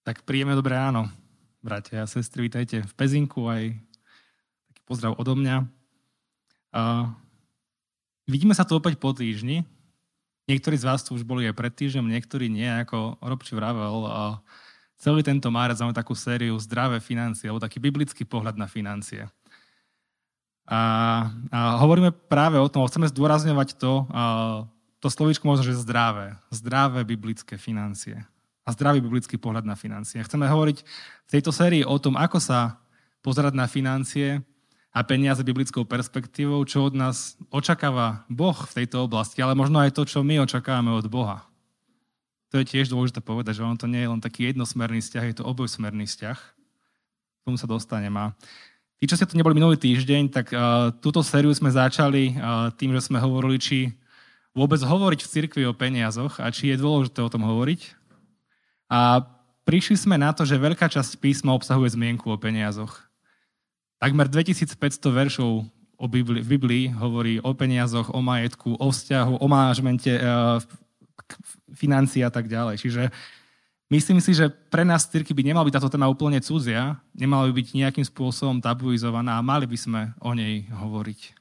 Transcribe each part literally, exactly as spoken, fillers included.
Tak príjemné dobré ráno, bratia a sestry, vítajte v Pezinku, aj taký pozdrav odo mňa. Uh, vidíme sa tu opäť po týždni. Niektorí z vás tu už boli aj pred týždňom, niektorí nie, ako Robči vravel. Uh, celý tento márec máme takú sériu Zdravé financie, alebo taký biblický pohľad na financie. A, a hovoríme práve o tom, chceme zdôrazňovať to, uh, to slovíčko možno, že zdravé, zdravé biblické financie. A zdravý biblický pohľad na financie. Chceme hovoriť v tejto sérii o tom, ako sa pozerať na financie a peniaze biblickou perspektívou, čo od nás očakáva Boh v tejto oblasti, ale možno aj to, čo my očakávame od Boha. To je tiež dôležité povedať, že ono to nie je len taký jednosmerný vzťah, je to obojsmerný vzťah. K tomu sa dostanem. A tí, čo ste tu neboli minulý týždeň, tak uh, túto sériu sme začali uh, tým, že sme hovorili, či vôbec hovoriť v cirkvi o peniazoch a či je dôležité o tom hovoriť. A prišli sme na to, že veľká časť písma obsahuje zmienku o peniazoch. Takmer dvetisícpäťsto veršov o Biblii, v Biblii hovorí o peniazoch, o majetku, o vzťahu, o manažmente, e, financií a tak ďalej. Čiže myslím si, že pre nás v cirkvi by nemala byť táto téma úplne cudzia, nemala by byť nejakým spôsobom tabuizovaná a mali by sme o nej hovoriť.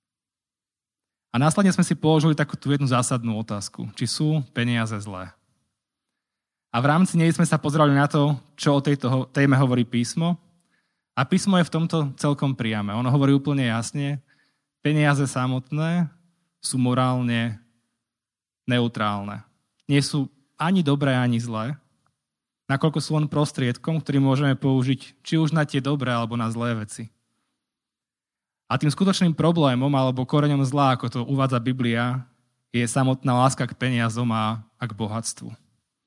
A následne sme si položili takú tú jednu zásadnú otázku. Či sú peniaze zlé? A v rámci nej sme sa pozerali na to, čo o tejto téme hovorí písmo. A písmo je v tomto celkom priame. Ono hovorí úplne jasne, peniaze samotné sú morálne neutrálne. Nie sú ani dobré, ani zlé, nakoľko sú len prostriedkom, ktorý môžeme použiť či už na tie dobré, alebo na zlé veci. A tým skutočným problémom, alebo koreňom zla, ako to uvádza Biblia, je samotná láska k peniazom a, a k bohatstvu.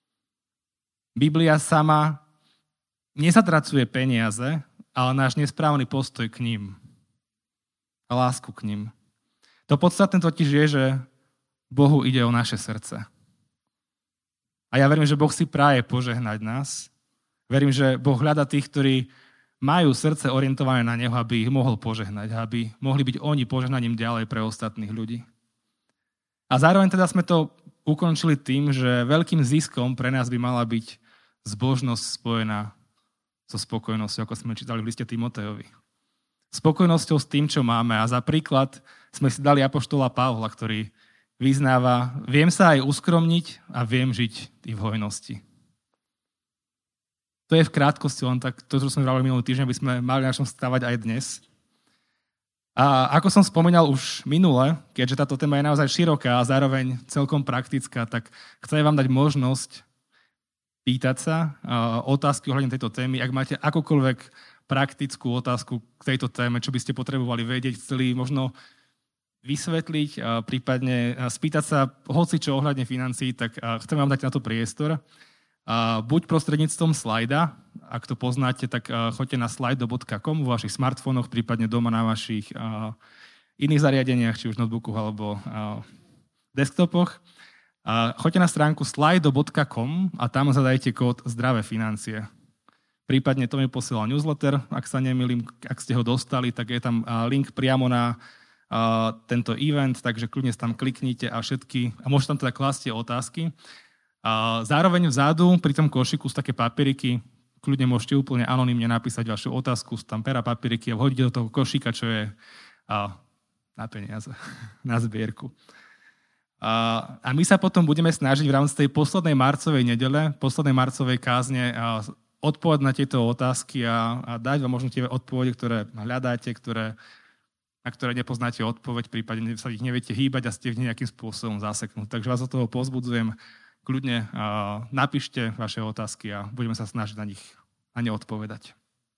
Biblia sama nezatracuje peniaze, ale náš nesprávny postoj k ním. A lásku k ním. To podstatné totiž je, že Bohu ide o naše srdce. A ja verím, že Boh si praje požehnať nás. Verím, že Boh hľada tých, ktorí majú srdce orientované na Neho, aby ich mohol požehnať, aby mohli byť oni požehnaním ďalej pre ostatných ľudí. A zároveň teda sme to ukončili tým, že veľkým ziskom pre nás by mala byť zbožnosť spojená so spokojnosťou, ako sme čítali v liste Timotejovi. Spokojnosťou s tým, čo máme. A za príklad sme si dali apoštola Pavla, ktorý vyznáva, viem sa aj uskromniť a viem žiť i v hojnosti. To je v krátkosti len tak, to, čo sme vravili minulý týždeň, aby sme mali na čom stávať aj dnes. A ako som spomínal už minule, keďže táto téma je naozaj široká a zároveň celkom praktická, tak chcem vám dať možnosť pýtať sa uh, otázky ohľadne tejto témy. Ak máte akúkoľvek praktickú otázku k tejto téme, čo by ste potrebovali vedieť, chceli možno vysvetliť, uh, prípadne uh, spýtať sa hoci čo ohľadne financií, tak uh, chcem vám dať na to priestor. Uh, buď prostredníctvom slajda, ak to poznáte, tak uh, choďte na slido bodka com vo vašich smartfónoch, prípadne doma na vašich uh, iných zariadeniach, či už notebookoch alebo uh, desktopoch. A choďte na stránku slido bodka com a tam zadajte kód Zdravé financie. Prípadne to mi posiela newsletter, ak sa nemýlim, ak ste ho dostali, tak je tam link priamo na uh, tento event, takže kľudne tam kliknite a všetky, a môžete tam teda klásť tie otázky. Uh, zároveň vzadu pri tom košiku sú také papieriky, kľudne môžete úplne anonymne napísať vašu otázku, sú tam pera papieriky a vhodíte do toho košíka, čo je uh, na peniaze, na zbierku. A my sa potom budeme snažiť v rámci tej poslednej marcovej nedele, poslednej marcovej kázne odpovedať na tieto otázky a, a dať vám možno tie odpovede, ktoré hľadáte, ktoré, na ktoré nepoznáte odpoveď, prípadne sa ich neviete hýbať a ste v nejakým spôsobom zaseknúť. Takže vás od toho povzbudzujem, kľudne napíšte vaše otázky a budeme sa snažiť na nich na ne odpovedať.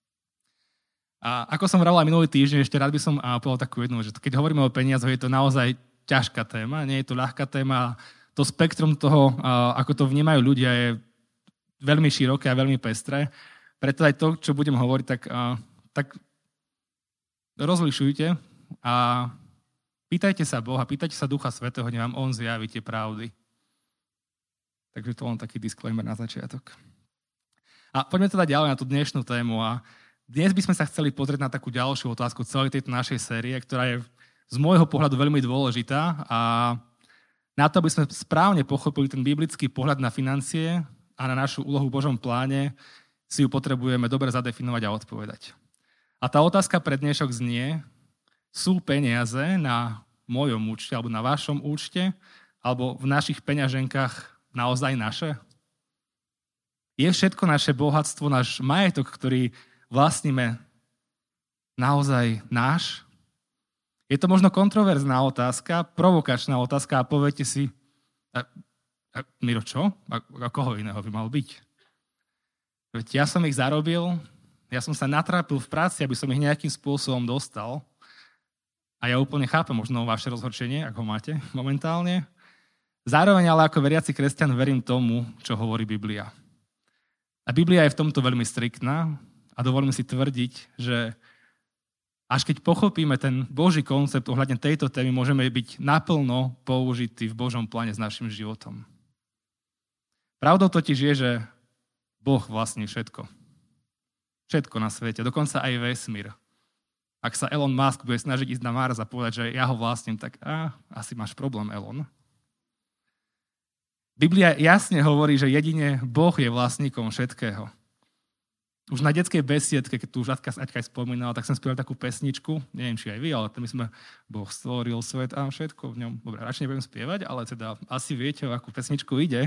A ako som vravel aj minulý týždeň, ešte rád by som povedal takú jednu, že keď hovoríme o peniazoch, je to naozaj ťažká téma, nie je to ľahká téma. To spektrum toho, ako to vnímajú ľudia, je veľmi široké a veľmi pestré. Preto aj to, čo budem hovoriť, tak, tak rozlišujte a pýtajte sa Boha, pýtajte sa Ducha Svätého, nech vám On zjaví tie pravdy. Takže to len taký disclaimer na začiatok. A poďme teda ďalej na tú dnešnú tému. A dnes by sme sa chceli pozrieť na takú ďalšiu otázku celej tejto našej série, ktorá je z môjho pohľadu veľmi dôležitá a na to, aby sme správne pochopili ten biblický pohľad na financie a a na našu úlohu v Božom pláne si ju potrebujeme dobre zadefinovať a odpovedať. A tá otázka pre dnešok znie, sú peniaze na mojom účte alebo na vašom účte alebo v našich peňaženkách naozaj naše? Je všetko naše bohatstvo, náš majetok, ktorý vlastníme, naozaj náš? Je to možno kontroverzná otázka, provokačná otázka a poviete si, a, a, Miro, čo? A, a koho iného by mal byť? Veď ja som ich zarobil, ja som sa natrápil v práci, aby som ich nejakým spôsobom dostal a ja úplne chápem možno vaše rozhorčenie, ak ho máte momentálne. Zároveň ale ako veriaci kresťan verím tomu, čo hovorí Biblia. A Biblia je v tomto veľmi striktná a dovolím si tvrdiť, že až keď pochopíme ten Boží koncept ohľadne tejto témy, môžeme byť naplno použití v Božom pláne s našim životom. Pravdou totiž je, že Boh vlastní všetko. Všetko na svete, dokonca aj vesmír. Ak sa Elon Musk bude snažiť ísť na Mars a povedať, že ja ho vlastním, tak á, asi máš problém, Elon. Biblia jasne hovorí, že jedine Boh je vlastníkom všetkého. Už na detskej besiedke, keď tu už Aťka, Aťka spomínala, tak som spieval takú pesničku, neviem, či aj vy, ale tam sme Boh stvoril svet a všetko v ňom. Dobre, radšej nebudem spievať, ale teda asi viete, o akú pesničku ide.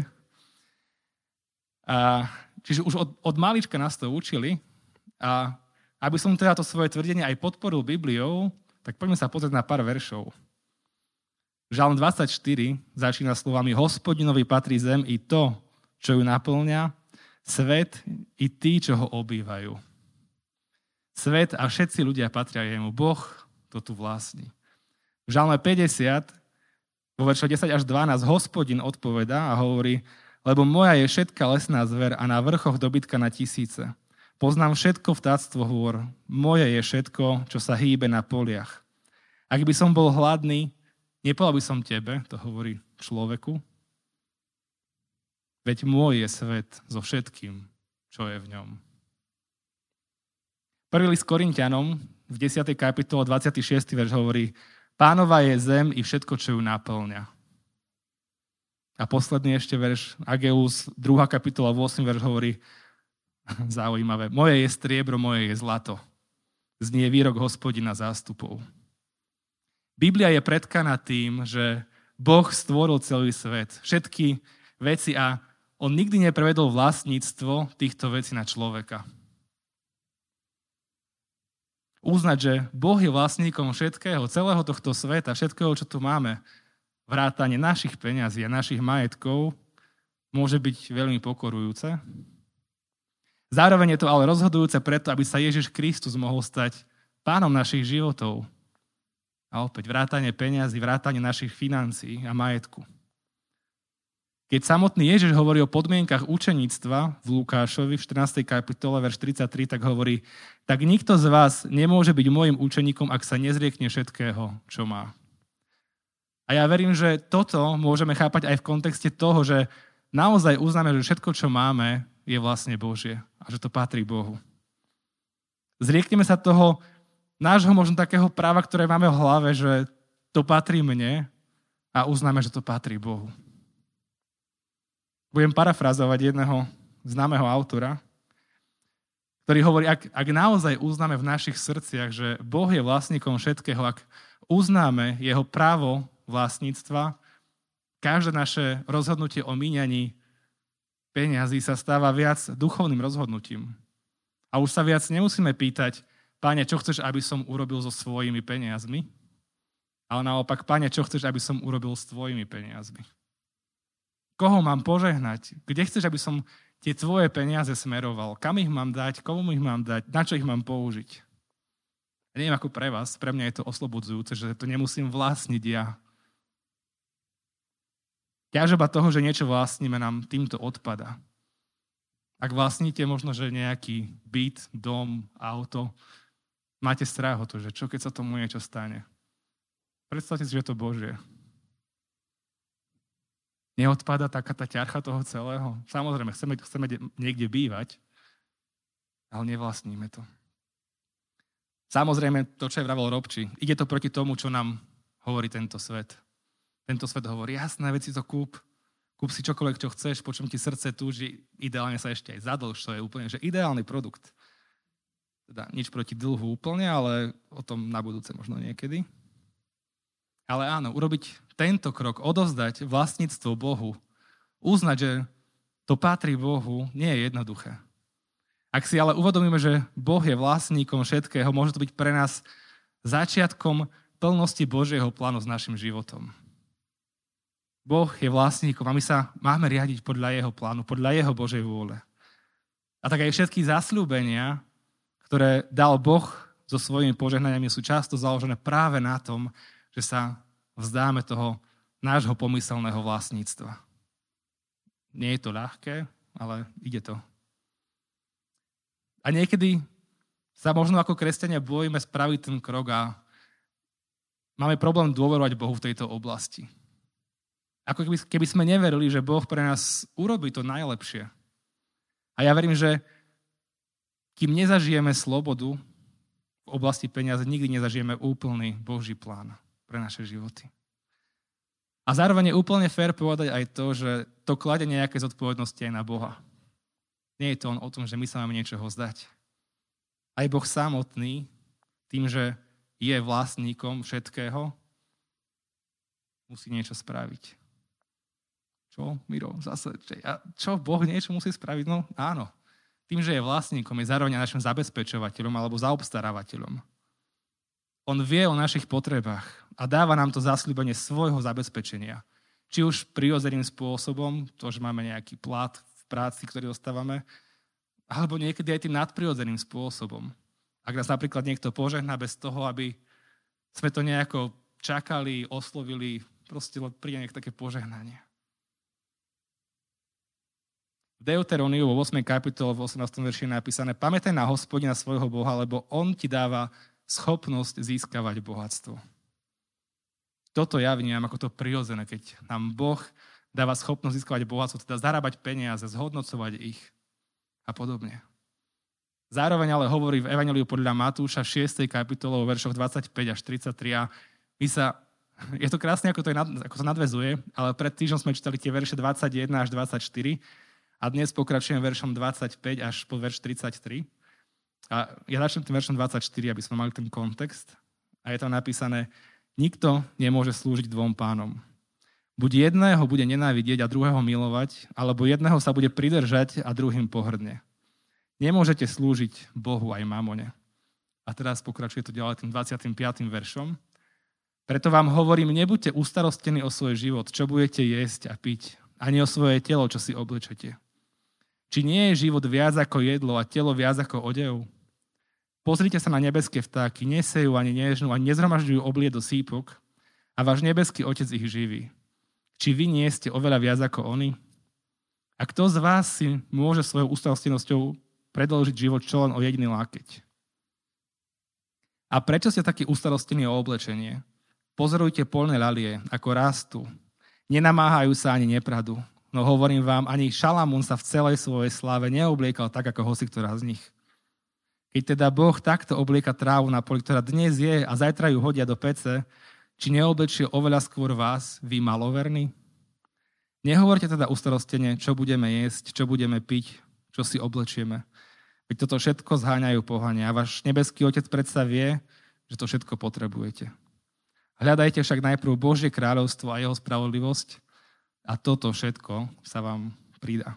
A, čiže už od, od malička nás to učili a aby som teda to svoje tvrdenie aj podporil Bibliou, tak poďme sa pozrieť na pár veršov. Žalm dvadsaťštyri začína slovami Hospodinovi patrí zem i to, čo ju naplňa, svet i tí, čo ho obývajú. Svet a všetci ľudia patria jemu. Boh to tu vlastní. V Žalme päťdesiat, vo veršoch desať až dvanásť, Hospodin odpovedá a hovorí, lebo moja je všetka lesná zver a na vrchoch dobytka na tisíce. Poznám všetko vtáctvo hôr. Moje je všetko, čo sa hýbe na poliach. Ak by som bol hladný, nepovedal by som tebe, to hovorí človeku, veď môj je svet so všetkým, čo je v ňom. Prvý list Korinťanom v desiatej kapitole dvadsiaty šiesty verš hovorí Pánova je zem i všetko, čo ju naplňa. A posledný ešte verš Ageus, druhá kapitola, ôsmy verš hovorí zaujímavé. Moje je striebro, moje je zlato. Znie výrok Hospodina zástupov. Biblia je predkaná tým, že Boh stvoril celý svet, všetky veci a on nikdy neprevedol vlastníctvo týchto vecí na človeka. Uznať, že Boh je vlastníkom všetkého, celého tohto sveta, všetkého, čo tu máme, vrátane našich peňazí a našich majetkov, môže byť veľmi pokorujúce. Zároveň je to ale rozhodujúce preto, aby sa Ježiš Kristus mohol stať pánom našich životov. A opäť vrátane peňazí, vrátane našich financií a majetku. Keď samotný Ježiš hovorí o podmienkach učeníctva v Lukášovi v štrnástej kapitole, verš tridsaťtri, tak hovorí, tak nikto z vás nemôže byť môjim učeníkom, ak sa nezriekne všetkého, čo má. A ja verím, že toto môžeme chápať aj v kontexte toho, že naozaj uznáme, že všetko, čo máme, je vlastne Božie a že to patrí Bohu. Zriekneme sa toho nášho možno takého práva, ktoré máme v hlave, že to patrí mne a uznáme, že to patrí Bohu. Budem parafrazovať jedného známeho autora, ktorý hovorí, ak, ak naozaj uznáme v našich srdciach, že Boh je vlastníkom všetkého, ak uznáme jeho právo vlastníctva, každé naše rozhodnutie o míňaní peňazí sa stáva viac duchovným rozhodnutím. A už sa viac nemusíme pýtať, Páne, čo chceš, aby som urobil so svojimi peniazmi? Ale naopak, Páne, čo chceš, aby som urobil s tvojimi peniazmi? Koho mám požehnať? Kde chceš, aby som tie tvoje peniaze smeroval? Kam ich mám dať? Komu ich mám dať? Na čo ich mám použiť? Ja neviem ako pre vás, pre mňa je to oslobodzujúce, že to nemusím vlastniť ja. Ťažoba toho, že niečo vlastníme, nám týmto odpada. Ak vlastníte možno, že nejaký byt, dom, auto, máte strach o to, že čo keď sa tomu niečo stane. Predstavte si, že je to Božie. Neodpada taká tá ťarcha toho celého. Samozrejme, chceme, chceme niekde bývať, ale nevlastníme to. Samozrejme, to, čo je vravel Robči, ide to proti tomu, čo nám hovorí tento svet. Tento svet hovorí, jasné, veci to kúp, Kúp si čokoľvek, čo chceš, po čom ti srdce túži, ideálne sa ešte aj zadlž, to je úplne že ideálny produkt. Teda nič proti dlhu úplne, ale o tom na budúce možno niekedy. Ale áno, urobiť tento krok, odovzdať vlastníctvo Bohu, uznať, že to patrí Bohu, nie je jednoduché. Ak si ale uvedomíme, že Boh je vlastníkom všetkého, môže to byť pre nás začiatkom plnosti Božieho plánu s našim životom. Boh je vlastníkom a my sa máme riadiť podľa jeho plánu, podľa jeho Božej vôle. A tak aj všetky zasľúbenia, ktoré dal Boh so svojimi požehnaniami, sú často založené práve na tom, že sa vzdáme toho nášho pomyselného vlastníctva. Nie je to ľahké, ale ide to. A niekedy sa možno ako kresťania bojíme spraviť ten krok a máme problém dôverovať Bohu v tejto oblasti. Ako keby, keby sme neverili, že Boh pre nás urobí to najlepšie. A ja verím, že kým nezažijeme slobodu v oblasti peniaze, nikdy nezažijeme úplný Boží plán pre naše životy. A zároveň je úplne fér povedať aj to, že to kladie nejaké zodpovednosti aj na Boha. Nie je to on o tom, že my sa máme niečoho zdať. Aj Boh samotný, tým, že je vlastníkom všetkého, musí niečo spraviť. Čo, Miro, zase, a čo, Boh niečo musí spraviť? No áno. Tým, že je vlastníkom, je zároveň našim zabezpečovateľom alebo zaobstarávateľom. On vie o našich potrebách a dáva nám to zasľúbenie svojho zabezpečenia. Či už prirodzeným spôsobom, to, že máme nejaký plat v práci, ktorý dostávame, alebo niekedy aj tým nadprirodzeným spôsobom. Ak nás napríklad niekto požehná bez toho, aby sme to nejako čakali, oslovili, proste príde nejaké také požehnanie. V Deuteronomiu vo ôsmej kapitole v osemnástom verši je napísané: Pamätaj na Hospodina svojho Boha, lebo on ti dáva schopnosť získavať bohatstvo. Toto ja vnímam ako to prirodzené, keď nám Boh dáva schopnosť získavať bohatstvo, teda zarábať peniaze, zhodnocovať ich a podobne. Zároveň ale hovorí v Evanjeliu podľa Matúša v šiestej kapitole vo veršoch dvadsaťpäť až tridsaťtri a my sa, je to krásne, ako to, je, ako to nadväzuje, ale pred týždňom sme čítali tie verše dvadsaťjeden až dvadsaťštyri a dnes pokračujem veršom dvadsaťpäť až po verš tridsaťtri. A ja začnem tým veršom dvadsaťštyri, aby sme mali ten kontext. A je tam napísané: Nikto nemôže slúžiť dvom pánom. Buď jedného bude nenávidieť a druhého milovať, alebo jedného sa bude pridržať a druhým pohrdne. Nemôžete slúžiť Bohu aj mamone. A teraz pokračuje to ďalej tým dvadsiatym piatym veršom. Preto vám hovorím, nebuďte ustarostení o svoj život, čo budete jesť a piť, ani o svoje telo, čo si oblečete. Či nie je život viac ako jedlo a telo viac ako odev? Pozrite sa na nebeské vtáky, nesejú ani nežnú, ani nezhromažďujú oblie do sípok a váš nebeský Otec ich živí. Či vy nie ste oveľa viac ako oni? A kto z vás si môže svojou ustarostenosťou predĺžiť život čo len o jediný lákeť? A prečo ste takí ustarostení o oblečenie? Pozorujte poľné ľalie, ako rastú. Nenamáhajú sa ani nepradú. No hovorím vám, ani Šalamún sa v celej svojej sláve neobliekal tak, ako hociktorá z nich. Keď teda Boh takto oblieka trávu na poli, ktorá dnes je a zajtra ju hodia do pece, či neoblečie oveľa skôr vás, vy maloverní? Nehovorte teda ustarostene, čo budeme jesť, čo budeme piť, čo si oblečieme. Veď toto všetko zháňajú pohania. A váš nebeský Otec predsa vie, že to všetko potrebujete. Hľadajte však najprv Božie kráľovstvo a jeho spravodlivosť a toto všetko sa vám pridá.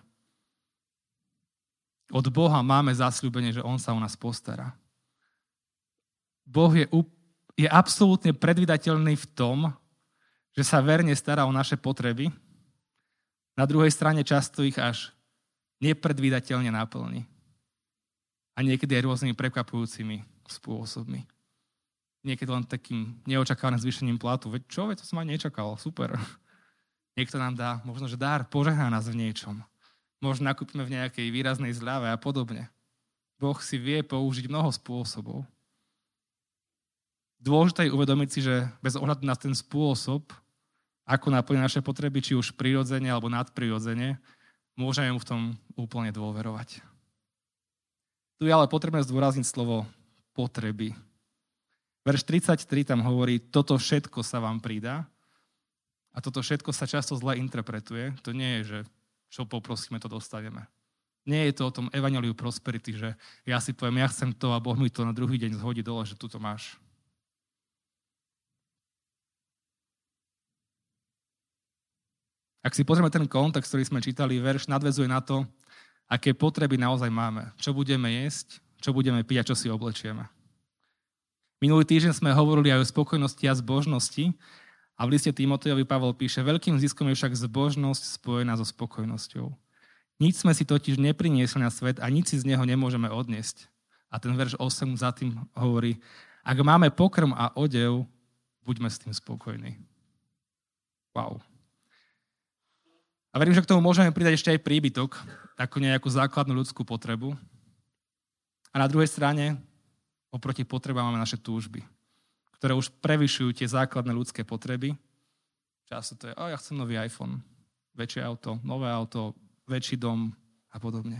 Od Boha máme zasľúbenie, že on sa o nás postará. Boh je, je absolútne predvydateľný v tom, že sa verne stará o naše potreby. Na druhej strane často ich až nepredvídateľne naplní. A niekedy aj rôznymi prekvapujúcimi spôsobmi. Niekedy len takým neočakávaným zvýšením platu. Veď čo, veď to som ani nečakal, super. Niekto nám dá možno, že dar, požehná nás v niečom. Možno nakúpime v nejakej výraznej zľave a podobne. Boh si vie použiť mnoho spôsobov. Dôležité je uvedomiť si, že bez ohľadu na ten spôsob, ako naplní naše potreby, či už prirodzene alebo nadprirodzene, môžeme mu v tom úplne dôverovať. Tu je ale potrebné zdôrazniť slovo potreby. Verš tridsaťtri tam hovorí, toto všetko sa vám pridá. A toto všetko sa často zle interpretuje. To nie je, že čo poprosíme, to dostaneme. Nie je to o tom evanjeliu prosperity, že ja si poviem, ja chcem to a Boh mi to na druhý deň zhodí dole, že tu to máš. Ak si pozrieme ten kontext, ktorý sme čítali, verš nadväzuje na to, aké potreby naozaj máme. Čo budeme jesť, čo budeme piť a čo si oblečieme. Minulý týždeň sme hovorili aj o spokojnosti a zbožnosti a v liste Timotejovi Pavol píše, veľkým ziskom je však zbožnosť spojená so spokojnosťou. Nič sme si totiž nepriniesli na svet a nič si z neho nemôžeme odniesť. A ten verš osem za tým hovorí, ak máme pokrm a odev, buďme s tým spokojní. Wow. A verím, že k tomu môžeme pridať ešte aj príbytok, ako nejakú základnú ľudskú potrebu. A na druhej strane, oproti potrebám máme naše túžby, ktoré už prevyšujú tie základné ľudské potreby. Často to je, o, ja chcem nový iPhone, väčšie auto, nové auto, väčší dom a podobne.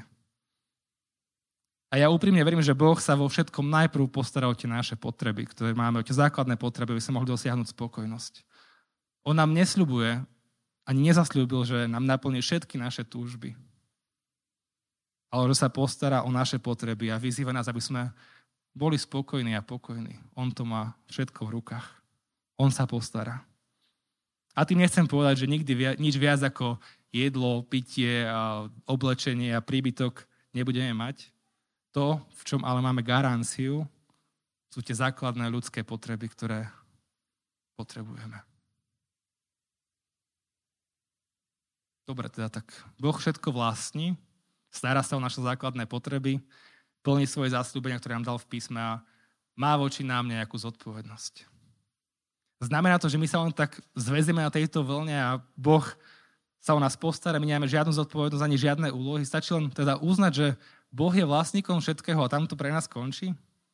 A ja úprimne verím, že Boh sa vo všetkom najprv postará o tie naše potreby, ktoré máme, o tie základné potreby, aby sme mohli dosiahnuť spokojnosť. On nám nesľubuje, ani nezasľúbil, že nám naplní všetky naše túžby, ale že sa postará o naše potreby a vyzýva nás, aby sme boli spokojní a pokojní. On to má všetko v rukách. On sa postará. A tým nechcem povedať, že nikdy viac, nič viac ako jedlo, pitie, a oblečenie a príbytok nebudeme mať. To, v čom ale máme garanciu, sú tie základné ľudské potreby, ktoré potrebujeme. Dobre, teda tak Boh všetko vlastní, stará sa o naše základné potreby, plní svoje zasľúbenia, ktoré nám dal v písme a má voči nám nejakú zodpovednosť. Znamená to, že my sa len tak zväzíme na tejto vlne a Boh sa o nás postará, my nemáme žiadnu zodpovednosť ani žiadne úlohy. Stačí len teda uznať, že Boh je vlastníkom všetkého a tam to pre nás končí?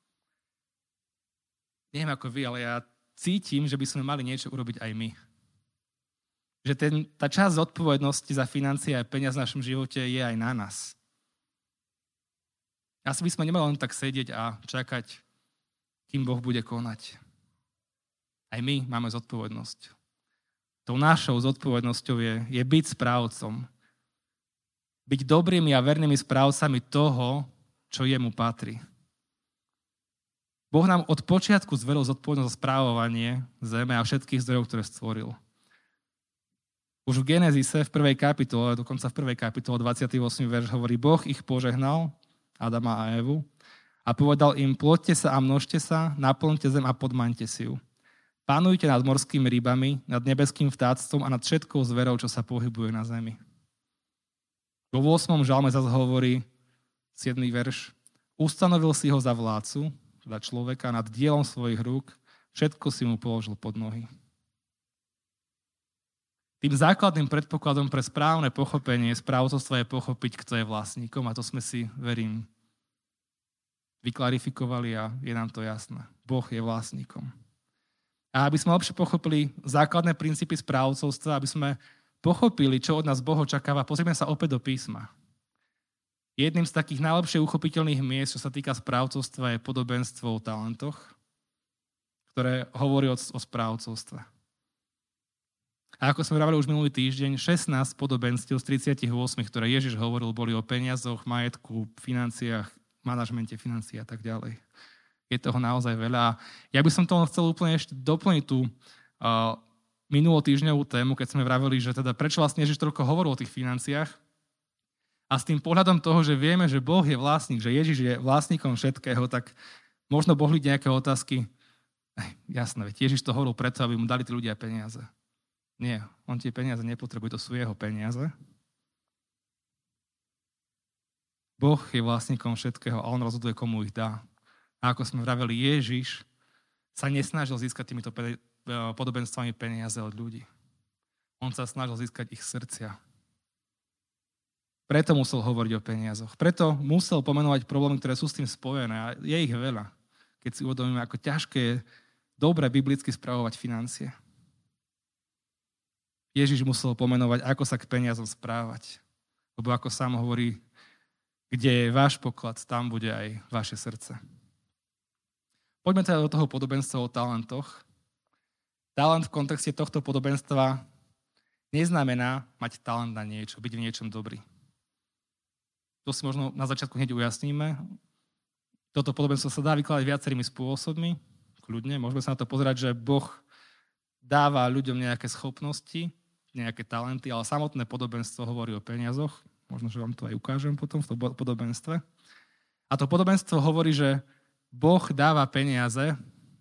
Neviem ako vy, ale ja cítim, že by sme mali niečo urobiť aj my. Že ten, tá časť zodpovednosti za financie a peniaz v našom živote je aj na nás. Asi by sme nemali len tak sedieť a čakať, kým Boh bude konať. Aj my máme zodpovednosť. Tou našou zodpovednosťou je, je byť správcom. Byť dobrými a vernými správcami toho, čo jemu patrí. Boh nám od počiatku zveril zodpovednosť za správovanie zeme a všetkých zdrojov, ktoré stvoril. Už v Genézise v prvej kapitole, dokonca v prvej kapitole dvadsiaty ôsmy verš hovorí, Boh ich požehnal, Adama a Evu, a povedal im, ploďte sa a množte sa, naplňte zem a podmaňte si ju. Panujte nad morskými rybami, nad nebeským vtáctvom a nad všetkou zverou, čo sa pohybuje na zemi. Vo ôsmom žalme zase hovorí, siedmy verš, ustanovil si ho za vládcu, za človeka, nad dielom svojich rúk, všetko si mu položil pod nohy. Tým základným predpokladom pre správne pochopenie správcovstva je pochopiť, kto je vlastníkom a to sme si, verím, vyklarifikovali a je nám to jasné. Boh je vlastníkom. A aby sme lepšie pochopili základné princípy správcovstva, aby sme pochopili, čo od nás Boh očakáva, pozrieme sa opäť do písma. Jedným z takých najlepšie uchopiteľných miest, čo sa týka správcovstva, je podobenstvo o talentoch, ktoré hovorí o, o správcovstve. A ako sme vravili už minulý týždeň, šestnásť podobenstiev z tridsaťosem, ktoré Ježiš hovoril, boli o peniazoch, majetku, financiách, manažmente financií a tak ďalej. Je toho naozaj veľa. Ja by som to chcel úplne ešte doplniť tú uh, minulotýždňovú tému, keď sme vravili, že teda prečo vlastne Ježiš toľko hovoril o tých financiách. A s tým pohľadom toho, že vieme, že Boh je vlastník, že Ježiš je vlastníkom všetkého, tak možno mohli nejaké otázky. Ej, jasné, veď Ježiš to hovoril preto, aby mu dali tí ľudia peniaze. Nie, on tie peniaze nepotrebuje, to sú jeho peniaze. Boh je vlastníkom všetkého a on rozhoduje, komu ich dá. A ako sme vraveli, Ježiš sa nesnažil získať týmito podobenstvami peniaze od ľudí. On sa snažil získať ich srdcia. Preto musel hovoriť o peniazoch. Preto musel pomenovať problémy, ktoré sú s tým spojené. A je ich veľa, keď si uvedomíme, ako ťažké je dobre biblicky spravovať financie. Ježiš musel pomenovať, ako sa k peniazom správať. Lebo ako sám hovorí, kde je váš poklad, tam bude aj vaše srdce. Poďme teda do toho podobenstva o talentoch. Talent v kontexte tohto podobenstva neznamená mať talent na niečo, byť v niečom dobrý. To si možno na začiatku hneď ujasníme. Toto podobenstvo sa dá vykladať viacerými spôsobmi. Kľudne, môžeme sa na to pozerať, že Boh dáva ľuďom nejaké schopnosti, nejaké talenty, ale samotné podobenstvo hovorí o peniazoch. Možno, že vám to aj ukážem potom v tom podobenstve. A to podobenstvo hovorí, že Boh dáva peniaze,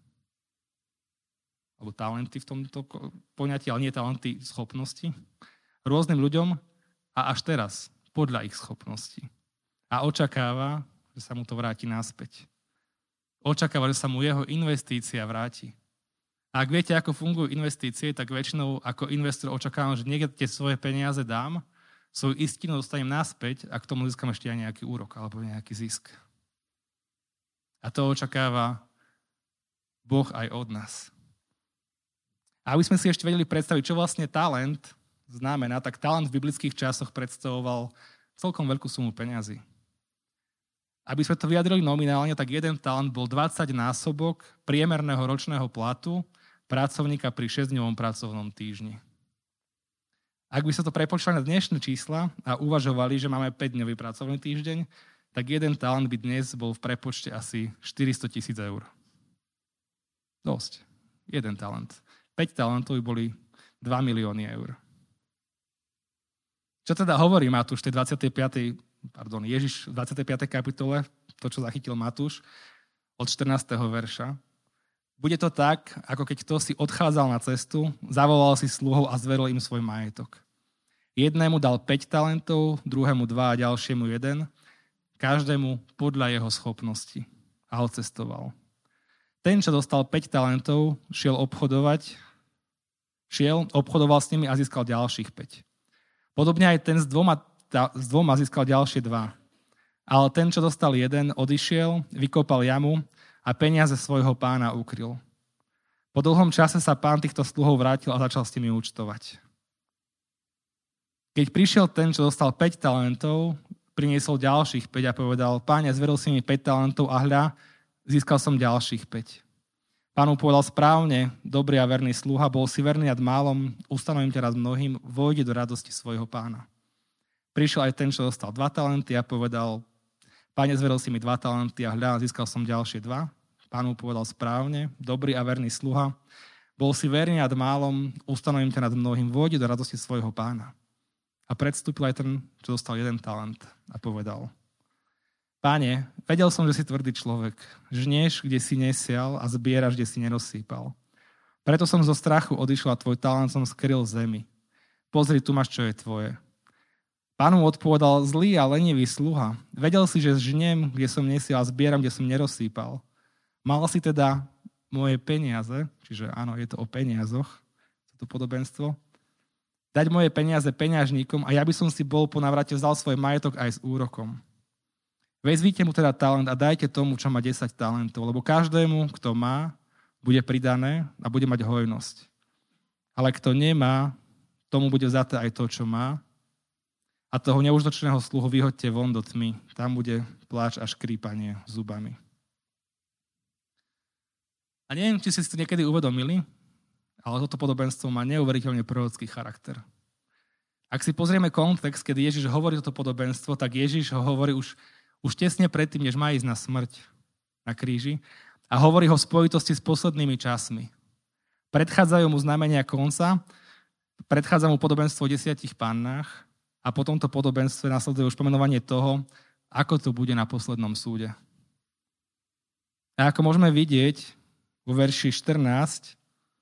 alebo talenty v tomto poňatí, ale nie talenty, schopnosti, rôznym ľuďom a až teraz, podľa ich schopností. A očakáva, že sa mu to vráti naspäť. Očakáva, že sa mu jeho investícia vráti. A ak viete, ako fungujú investície, tak väčšinou ako investor očakávam, že niekde tie svoje peniaze dám, svoju istinu dostanem naspäť a k tomu získam ešte aj nejaký úrok alebo nejaký zisk. A to očakáva Boh aj od nás. A aby sme si ešte vedeli predstaviť, čo vlastne talent znamená, tak talent v biblických časoch predstavoval celkom veľkú sumu peňazí. Aby sme to vyjadrili nominálne, tak jeden talent bol dvadsať násobok priemerného ročného platu pracovníka pri šesťdňovom pracovnom týždni. Ak by sa to prepočítali na dnešné čísla a uvažovali, že máme päťdňový pracovný týždeň, tak jeden talent by dnes bol v prepočte asi štyristo tisíc eur. Dosť. Jeden talent. päť talentov by boli dva milióny eur. Čo teda hovorí Matúš v tej dvadsiatej piatej pardon, Ježiš v dvadsiatej piatej kapitole, to, čo zachytil Matúš, od štrnásteho verša. Bude to tak, ako keď kto si odchádzal na cestu, zavolal si sluhov a zveril im svoj majetok. Jednému dal päť talentov, druhému dva a ďalšiemu jeden, každému podľa jeho schopnosti a odcestoval. Ten, čo dostal päť talentov, šiel obchodovať, šiel, obchodoval s nimi a získal ďalších päť. Podobne aj ten s dvoma, s dvoma získal ďalšie dva. Ale ten, čo dostal jeden, odišiel, vykopal jamu a peniaze svojho pána ukryl. Po dlhom čase sa pán týchto sluhov vrátil a začal s nimi účtovať. Keď prišiel ten, čo dostal päť talentov, priniesol ďalších päť a povedal: Páne, zveril si mi päť talentov a hľa, získal som ďalších päť. Pán mu povedal: správne, dobrý a verný sluha, bol si verný nad málom, ustanovím ťa raz mnohým, vojde do radosti svojho pána. Prišiel aj ten, čo dostal dva talenty a povedal: Páne, zveril si mi dva talenty a hľa, získal som ďalšie dva. Pán mu povedal: správne, dobrý a verný sluha, bol si verný nad málom, ustanovím ťa nad mnohým, vojde do radosti svojho pána. A predstúpil aj ten, čo dostal jeden talent a povedal: Páne, vedel som, že si tvrdý človek, žnieš, kde si nesial a zbieraš, kde si nerozsýpal. Preto som zo strachu odišiel a tvoj talent som skryl v zemi. Pozri, tu máš, čo je tvoje. Pán mu odpovedal: zlý a lenivý sluha, vedel si, že žnem, kde som nesial a zbieram, kde som nerozsýpal. Mal si teda moje peniaze, čiže áno, je to o peniazoch, to podobenstvo, dať moje peniaze peňažníkom a ja by som si bol po návrate vzal svoj majetok aj s úrokom. Vezmite mu teda talent a dajte tomu, čo má desať talentov, lebo každému, kto má, bude pridané a bude mať hojnosť. Ale kto nemá, tomu bude vzaté aj to, čo má. A toho neužitočného sluhu vyhoďte von do tmy. Tam bude pláč a škrípanie zubami. A neviem, či ste si to niekedy uvedomili, ale toto podobenstvo má neuveriteľne prorocký charakter. Ak si pozrieme kontext, kedy Ježiš hovorí toto podobenstvo, tak Ježiš ho hovorí už, už tesne predtým, než má ísť na smrť na kríži a hovorí ho v spojitosti s poslednými časmi. Predchádzajú mu znamenia konca, predchádza mu podobenstvo o desiatich pannách a po tomto podobenstve nasleduje už pomenovanie toho, ako to bude na poslednom súde. A ako môžeme vidieť vo verši štrnásť,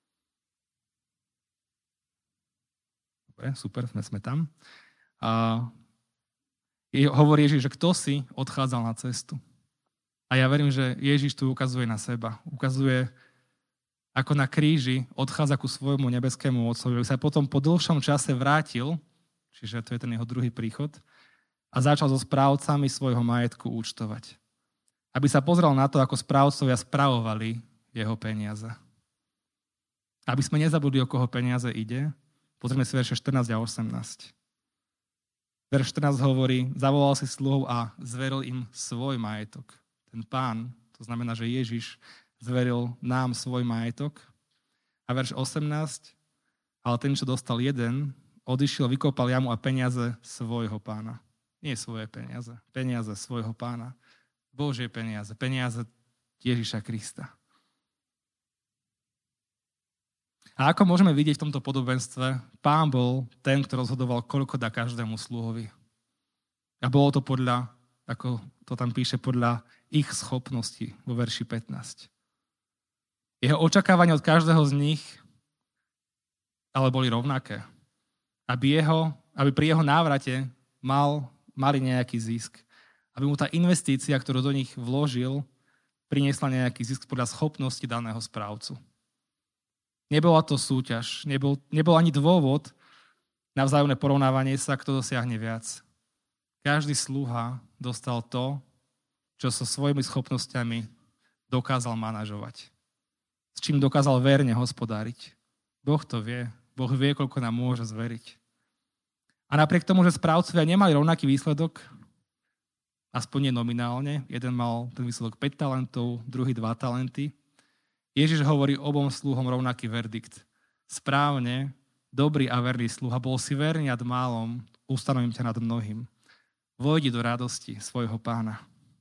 dobre, super, sme, sme tam, a hovorí Ježiš, že kto si odchádzal na cestu. A ja verím, že Ježiš tu ukazuje na seba. Ukazuje, ako na kríži odchádza ku svojmu nebeskému Otcovi, aby sa potom po dlhšom čase vrátil, čiže to je ten jeho druhý príchod, a začal so správcami svojho majetku účtovať. Aby sa pozrel na to, ako správcovia spravovali jeho peniaze. Aby sme nezabudli, o koho peniaze ide, pozrieme si verše štrnásť a osemnásť. Verš štrnásť hovorí: zavolal si sluhov a zveril im svoj majetok. Ten pán, to znamená, že Ježiš zveril nám svoj majetok. A verš osemnásť, ale ten, čo dostal jeden, odišiel, vykopal jamu a peniaze svojho pána. Nie svoje peniaze, peniaze svojho pána. Božie peniaze, peniaze Ježiša Krista. A ako môžeme vidieť v tomto podobenstve, Pán bol ten, kto rozhodoval, koľko dá každému sluhovi. A bolo to podľa, ako to tam píše, podľa ich schopností vo verši pätnásť. Jeho očakávania od každého z nich ale boli rovnaké. Aby, jeho, aby pri jeho návrate mal, mali nejaký zisk. Aby mu tá investícia, ktorú do nich vložil, priniesla nejaký zisk podľa schopnosti daného správcu. Nebola to súťaž, nebol, nebol ani dôvod na vzájomné porovnávanie sa, kto dosiahne viac. Každý sluha dostal to, čo so svojimi schopnosťami dokázal manažovať. S čím dokázal verne hospodáriť. Boh to vie. Boh vie, koľko nám môže zveriť. A napriek tomu, že správcovia nemali rovnaký výsledok, aspoň nie nominálne, jeden mal ten výsledok päť talentov, druhý dva talenty, Ježiš hovorí obom sluhom rovnaký verdikt. Správne, dobrý a verný sluha, bol si verný nad málom, ustanovím ťa nad mnohým. Vojdi do radosti svojho pána.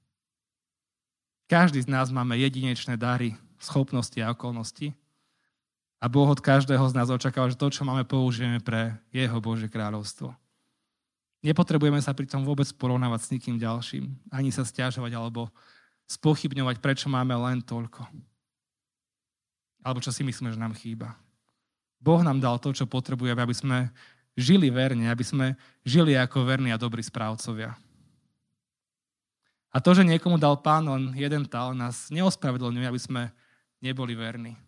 Každý z nás máme jedinečné dary, schopnosti a okolnosti a Boh od každého z nás očakáva, že to, čo máme, použijeme pre jeho Božie kráľovstvo. Nepotrebujeme sa pri tom vôbec porovnávať s nikým ďalším, ani sa sťažovať alebo spochybňovať, prečo máme len toľko. Alebo čo si myslíme, že nám chýba. Boh nám dal to, čo potrebujeme, aby sme žili verne, aby sme žili ako verní a dobrí správcovia. A to, že niekomu dal Pán len jeden talent, nás neospravedlňuje, aby sme neboli verní.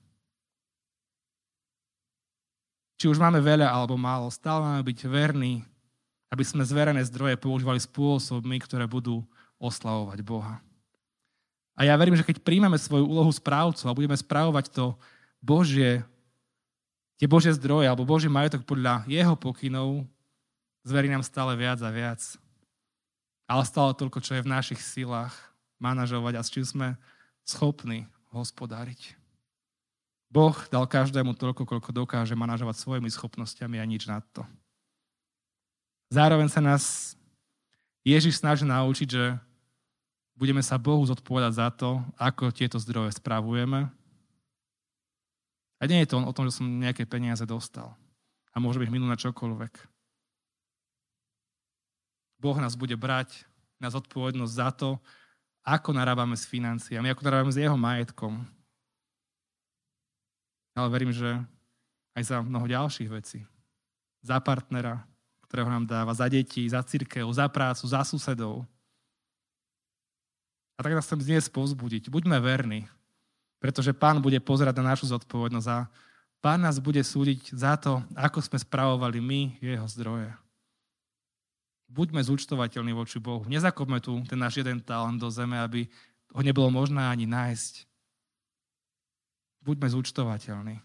Či už máme veľa alebo málo, stále máme byť verní, aby sme zverené zdroje používali spôsobmi, ktoré budú oslavovať Boha. A ja verím, že keď príjmeme svoju úlohu správcu a budeme správovať to Božie, tie Božie zdroje alebo Boží majetok podľa jeho pokynov, zverí nám stále viac a viac. Ale stále toľko, čo je v našich silách manažovať a s čím sme schopní hospodáriť. Boh dal každému toľko, koľko dokáže manažovať svojimi schopnosťami a nič nad to. Zároveň sa nás Ježiš snaží naučiť, že budeme sa Bohu zodpovedať za to, ako tieto zdroje spravujeme. A nie je to o tom, že som nejaké peniaze dostal. A môže byť minul na čokoľvek. Boh nás bude brať na zodpovednosť za to, ako narábame s financiami, ako narábame s jeho majetkom. Ale verím, že aj za mnoho ďalších vecí. Za partnera, ktorého nám dáva, za deti, za cirkev, za prácu, za susedov. A tak nás chcem dnes povzbudiť. Buďme verní, pretože Pán bude pozerať na našu zodpovednosť a Pán nás bude súdiť za to, ako sme spravovali my jeho zdroje. Buďme zúčtovateľní voči Bohu. Nezakopme tu ten náš jeden talent do zeme, aby ho nebolo možné ani nájsť. Buďme zúčtovateľní.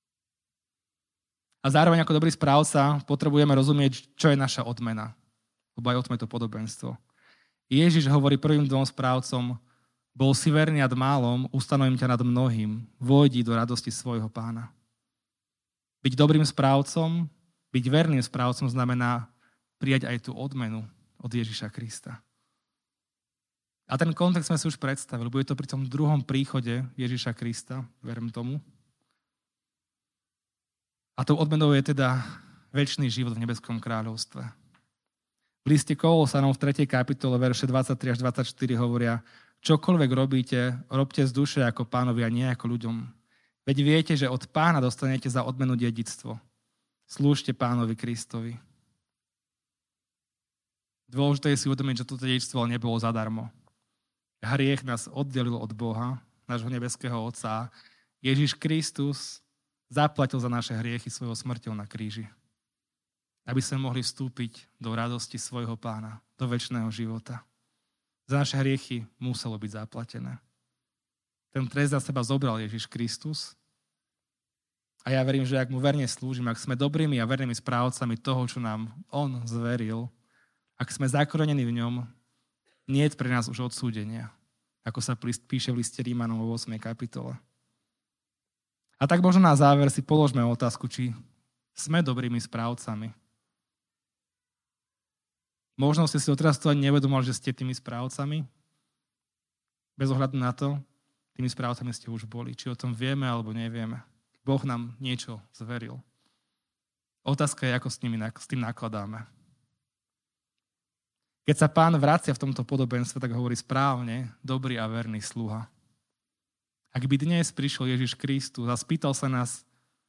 A zároveň ako dobrý správca potrebujeme rozumieť, čo je naša odmena. Lebo aj o tom je to podobenstvo. Ježiš hovorí prvým dvom správcom, bol si verný nad málom, ustanovím ťa nad mnohým, vojdi do radosti svojho pána. Byť dobrým správcom, byť verným správcom znamená prijať aj tú odmenu od Ježiša Krista. A ten kontext sme si už predstavili. Bude to pri tom druhom príchode Ježiša Krista, verím tomu. A tou odmenou je teda večný život v nebeskom kráľovstve. V liste Kolosanom v tretej kapitole verše dvadsaťtri až dvadsaťštyri hovoria, čokoľvek robíte, robte z duše ako Pánovi a nie ako ľuďom. Veď viete, že od Pána dostanete za odmenu dedičstvo. Slúžte Pánovi Kristovi. Dôležité je si uvedomiť, že toto dedičstvo nebolo zadarmo. Hriech nás oddelil od Boha, nášho nebeského Otca. Ježiš Kristus zaplatil za naše hriechy svojou smrťou na kríži. Aby sme mohli vstúpiť do radosti svojho Pána, do večného života. Za naše hriechy muselo byť zaplatené. Ten trest za seba zobral Ježiš Kristus a ja verím, že ak mu verne slúžime, ak sme dobrými a vernými správcami toho, čo nám on zveril, ak sme zakorenení v ňom, nie je pre nás už odsúdenia, ako sa píše v liste Rímanom vo ôsmej kapitole. A tak možno na záver si položme otázku, či sme dobrými správcami Možno ste si odteraz to ani nevedomali, že ste tými správcami. Bez ohľadu na to, tými správcami ste už boli. Či o tom vieme, alebo nevieme. Boh nám niečo zveril. Otázka je, ako s, nimi, s tým nakladáme. Keď sa Pán vracia v tomto podobenstve, tak hovorí správne, dobrý a verný sluha. Ak by dnes prišiel Ježiš Kristus a spýtal sa nás,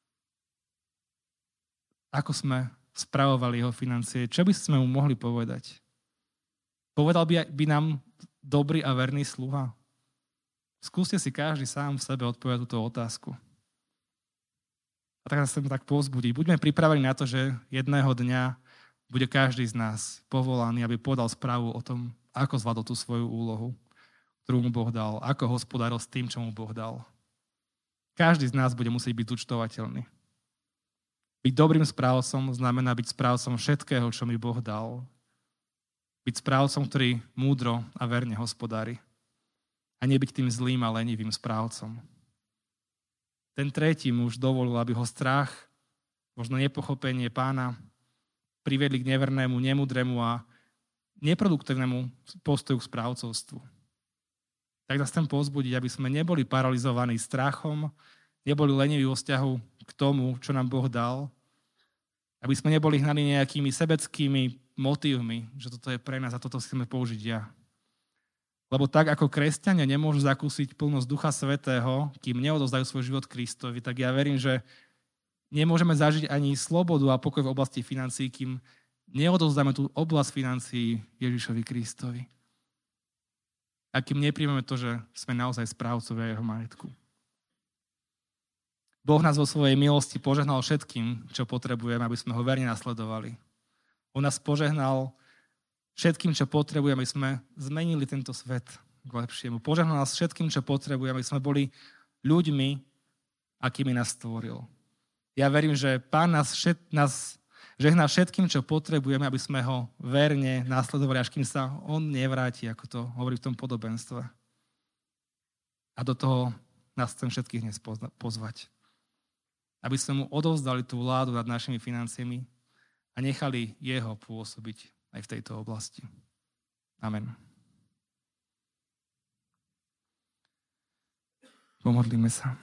ako sme spravovali jeho financie, čo by sme mu mohli povedať? Povedal by, by nám dobrý a verný sluha? Skúste si každý sám v sebe odpovedať túto otázku. A tak sa chcem tak povzbudiť. Buďme pripravení na to, že jedného dňa bude každý z nás povolaný, aby podal správu o tom, ako zvládol tú svoju úlohu, ktorú mu Boh dal, ako hospodáril s tým, čo mu Boh dal. Každý z nás bude musieť byť zúčtovateľný. Byť dobrým správcom znamená byť správcom všetkého, čo mi Boh dal. Byť správcom, ktorý múdro a verne hospodári. A nebyť tým zlým a lenivým správcom. Ten tretí muž dovolil, aby ho strach, možno nepochopenie Pána priviedli k nevernému, nemudrému a neproduktívnemu postoju k správcovstvu. Tak nás chcem povzbudiť, aby sme neboli paralizovaní strachom, neboli leniví vo vzťahu k tomu, čo nám Boh dal, aby sme neboli hnaní nejakými sebeckými motívmi, že toto je pre nás a toto chceme použiť ja. Lebo tak, ako kresťania nemôžu zakúsiť plnosť Ducha Svätého, kým neodovzdajú svoj život Kristovi, tak ja verím, že nemôžeme zažiť ani slobodu a pokoj v oblasti financií, kým neodovzdáme tú oblasť financií Ježišovi Kristovi. A kým nepríjmeme to, že sme naozaj správcovia jeho majetku. Boh nás vo svojej milosti požehnal všetkým, čo potrebujeme, aby sme ho verne nasledovali. On nás požehnal všetkým, čo potrebujeme, aby sme zmenili tento svet k lepšiemu. Požehnal nás všetkým, čo potrebujeme, aby sme boli ľuďmi, akými nás stvoril. Ja verím, že Pán nás, všet, nás žehná všetkým, čo potrebujeme, aby sme ho verne nasledovali, až kým sa on nevráti, ako to hovorí v tom podobenstve. A do toho nás chcem všetkých dnes pozvať. Aby sme mu odovzdali tú vládu nad našimi financiami a nechali jeho pôsobiť aj v tejto oblasti. Amen. Pomodlíme sa.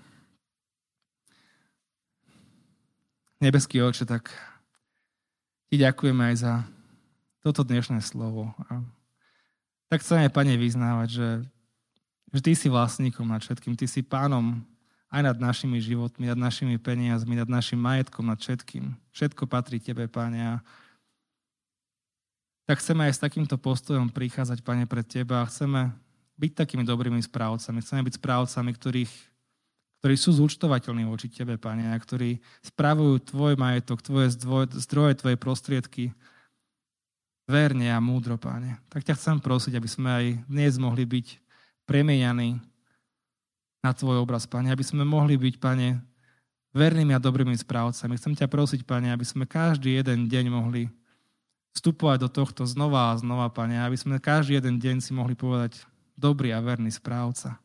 Nebeský Otče, tak ti ďakujeme aj za toto dnešné slovo. A tak chceme, Pane, vyznávať, že, že ty si vlastníkom nad všetkým, ty si pánom aj nad našimi životmi, nad našimi peniazmi, nad našim majetkom, nad všetkým. Všetko patrí tebe, Pane. A tak chceme aj s takýmto postojom prichádzať, Pane, pred teba a chceme byť takými dobrými správcami. Chceme byť správcami, ktorých, ktorí sú zúčtovateľní voči tebe, Pane, a ktorí spravujú tvoj majetok, tvoje zdroje, tvoje prostriedky verne a múdro, Pane. Tak ťa chcem prosiť, aby sme aj dnes mohli byť premieňaní na tvoj obraz, Pane, aby sme mohli byť, Pane, vernými a dobrými správcami. Chcem ťa prosiť, Pane, aby sme každý jeden deň mohli vstupovať do tohto znova a znova, Pane, aby sme každý jeden deň si mohli povedať dobrý a verný správca.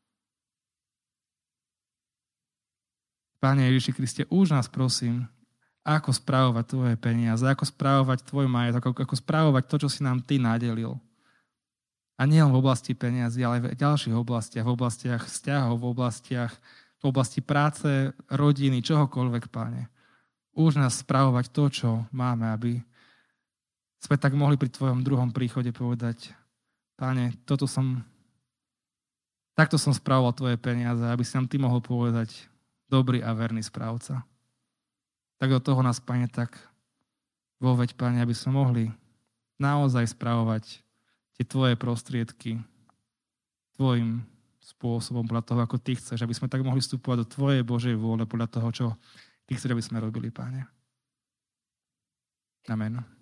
Pane Ježiši Kriste, už nás prosím, ako správovať tvoje peniaze, ako správovať tvoj majetok, ako, ako správovať to, čo si nám ty nadelil. A nie len v oblasti peniazy, ale aj v ďalších oblastiach, v oblastiach vzťahov, v oblastiach, v oblasti práce, rodiny, čohokoľvek, Pane. Už nás správovať to, čo máme, aby sme tak mohli pri tvojom druhom príchode povedať, Pane, toto som, takto som spravoval tvoje peniaze, aby si nám ty mohol povedať dobrý a verný správca. Tak do toho nás, Pane, tak voveď, Pane, aby sme mohli naozaj správovať tie tvoje prostriedky tvojim spôsobom, podľa toho, ako ty chceš, aby sme tak mohli vstupovať do tvojej Božej vôle, podľa toho, čo ty chceš, aby sme robili, Pane. Amen.